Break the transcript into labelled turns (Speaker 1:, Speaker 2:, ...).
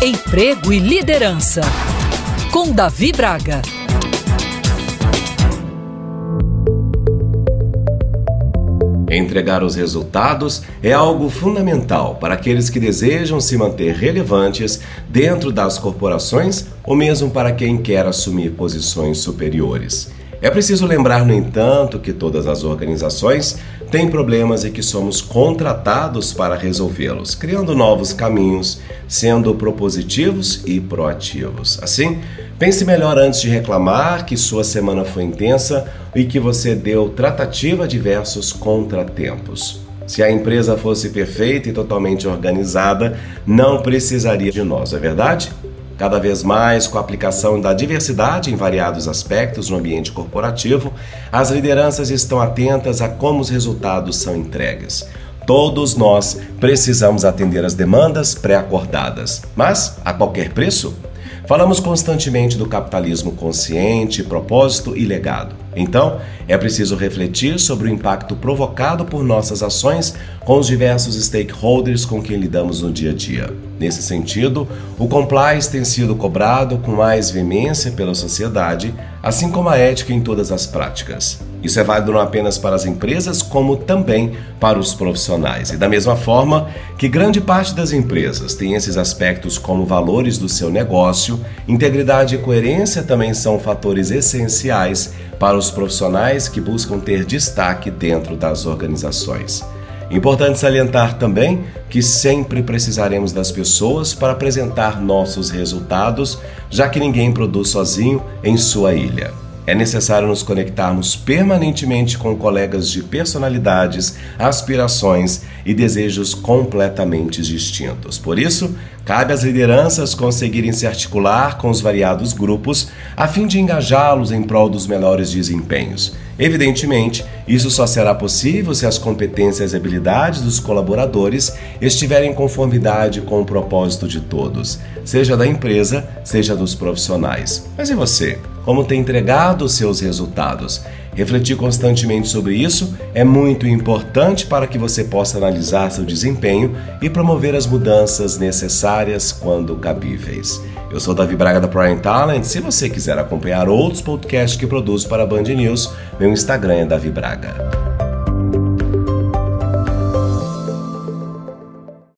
Speaker 1: Emprego e Liderança, com Davi Braga.
Speaker 2: Entregar os resultados é algo fundamental para aqueles que desejam se manter relevantes dentro das corporações ou mesmo para quem quer assumir posições superiores. É preciso lembrar, no entanto, que todas as organizações têm problemas e que somos contratados para resolvê-los, criando novos caminhos, sendo propositivos e proativos. Assim, pense melhor antes de reclamar que sua semana foi intensa e que você deu tratativa a diversos contratempos. Se a empresa fosse perfeita e totalmente organizada, não precisaria de nós, não é verdade? Cada vez mais, com a aplicação da diversidade em variados aspectos no ambiente corporativo, as lideranças estão atentas a como os resultados são entregues. Todos nós precisamos atender às demandas pré-acordadas, mas a qualquer preço? Falamos constantemente do capitalismo consciente, propósito e legado. Então, é preciso refletir sobre o impacto provocado por nossas ações com os diversos stakeholders com quem lidamos no dia a dia. Nesse sentido, o compliance tem sido cobrado com mais veemência pela sociedade, assim como a ética em todas as práticas. Isso é válido não apenas para as empresas, como também para os profissionais. E da mesma forma que grande parte das empresas tem esses aspectos como valores do seu negócio, integridade e coerência também são fatores essenciais para os profissionais que buscam ter destaque dentro das organizações. Importante salientar também que sempre precisaremos das pessoas para apresentar nossos resultados, já que ninguém produz sozinho em sua ilha. É necessário nos conectarmos permanentemente com colegas de personalidades, aspirações e desejos completamente distintos. Por isso, cabe às lideranças conseguirem se articular com os variados grupos a fim de engajá-los em prol dos melhores desempenhos. Evidentemente, isso só será possível se as competências e habilidades dos colaboradores estiverem em conformidade com o propósito de todos, seja da empresa, seja dos profissionais. Mas e você? Como tem entregado os seus resultados? Refletir constantemente sobre isso é muito importante para que você possa analisar seu desempenho e promover as mudanças necessárias quando cabíveis. Eu sou Davi Braga da Prime Talent. Se você quiser acompanhar outros podcasts que produzo para a Band News, meu Instagram é Davi Braga.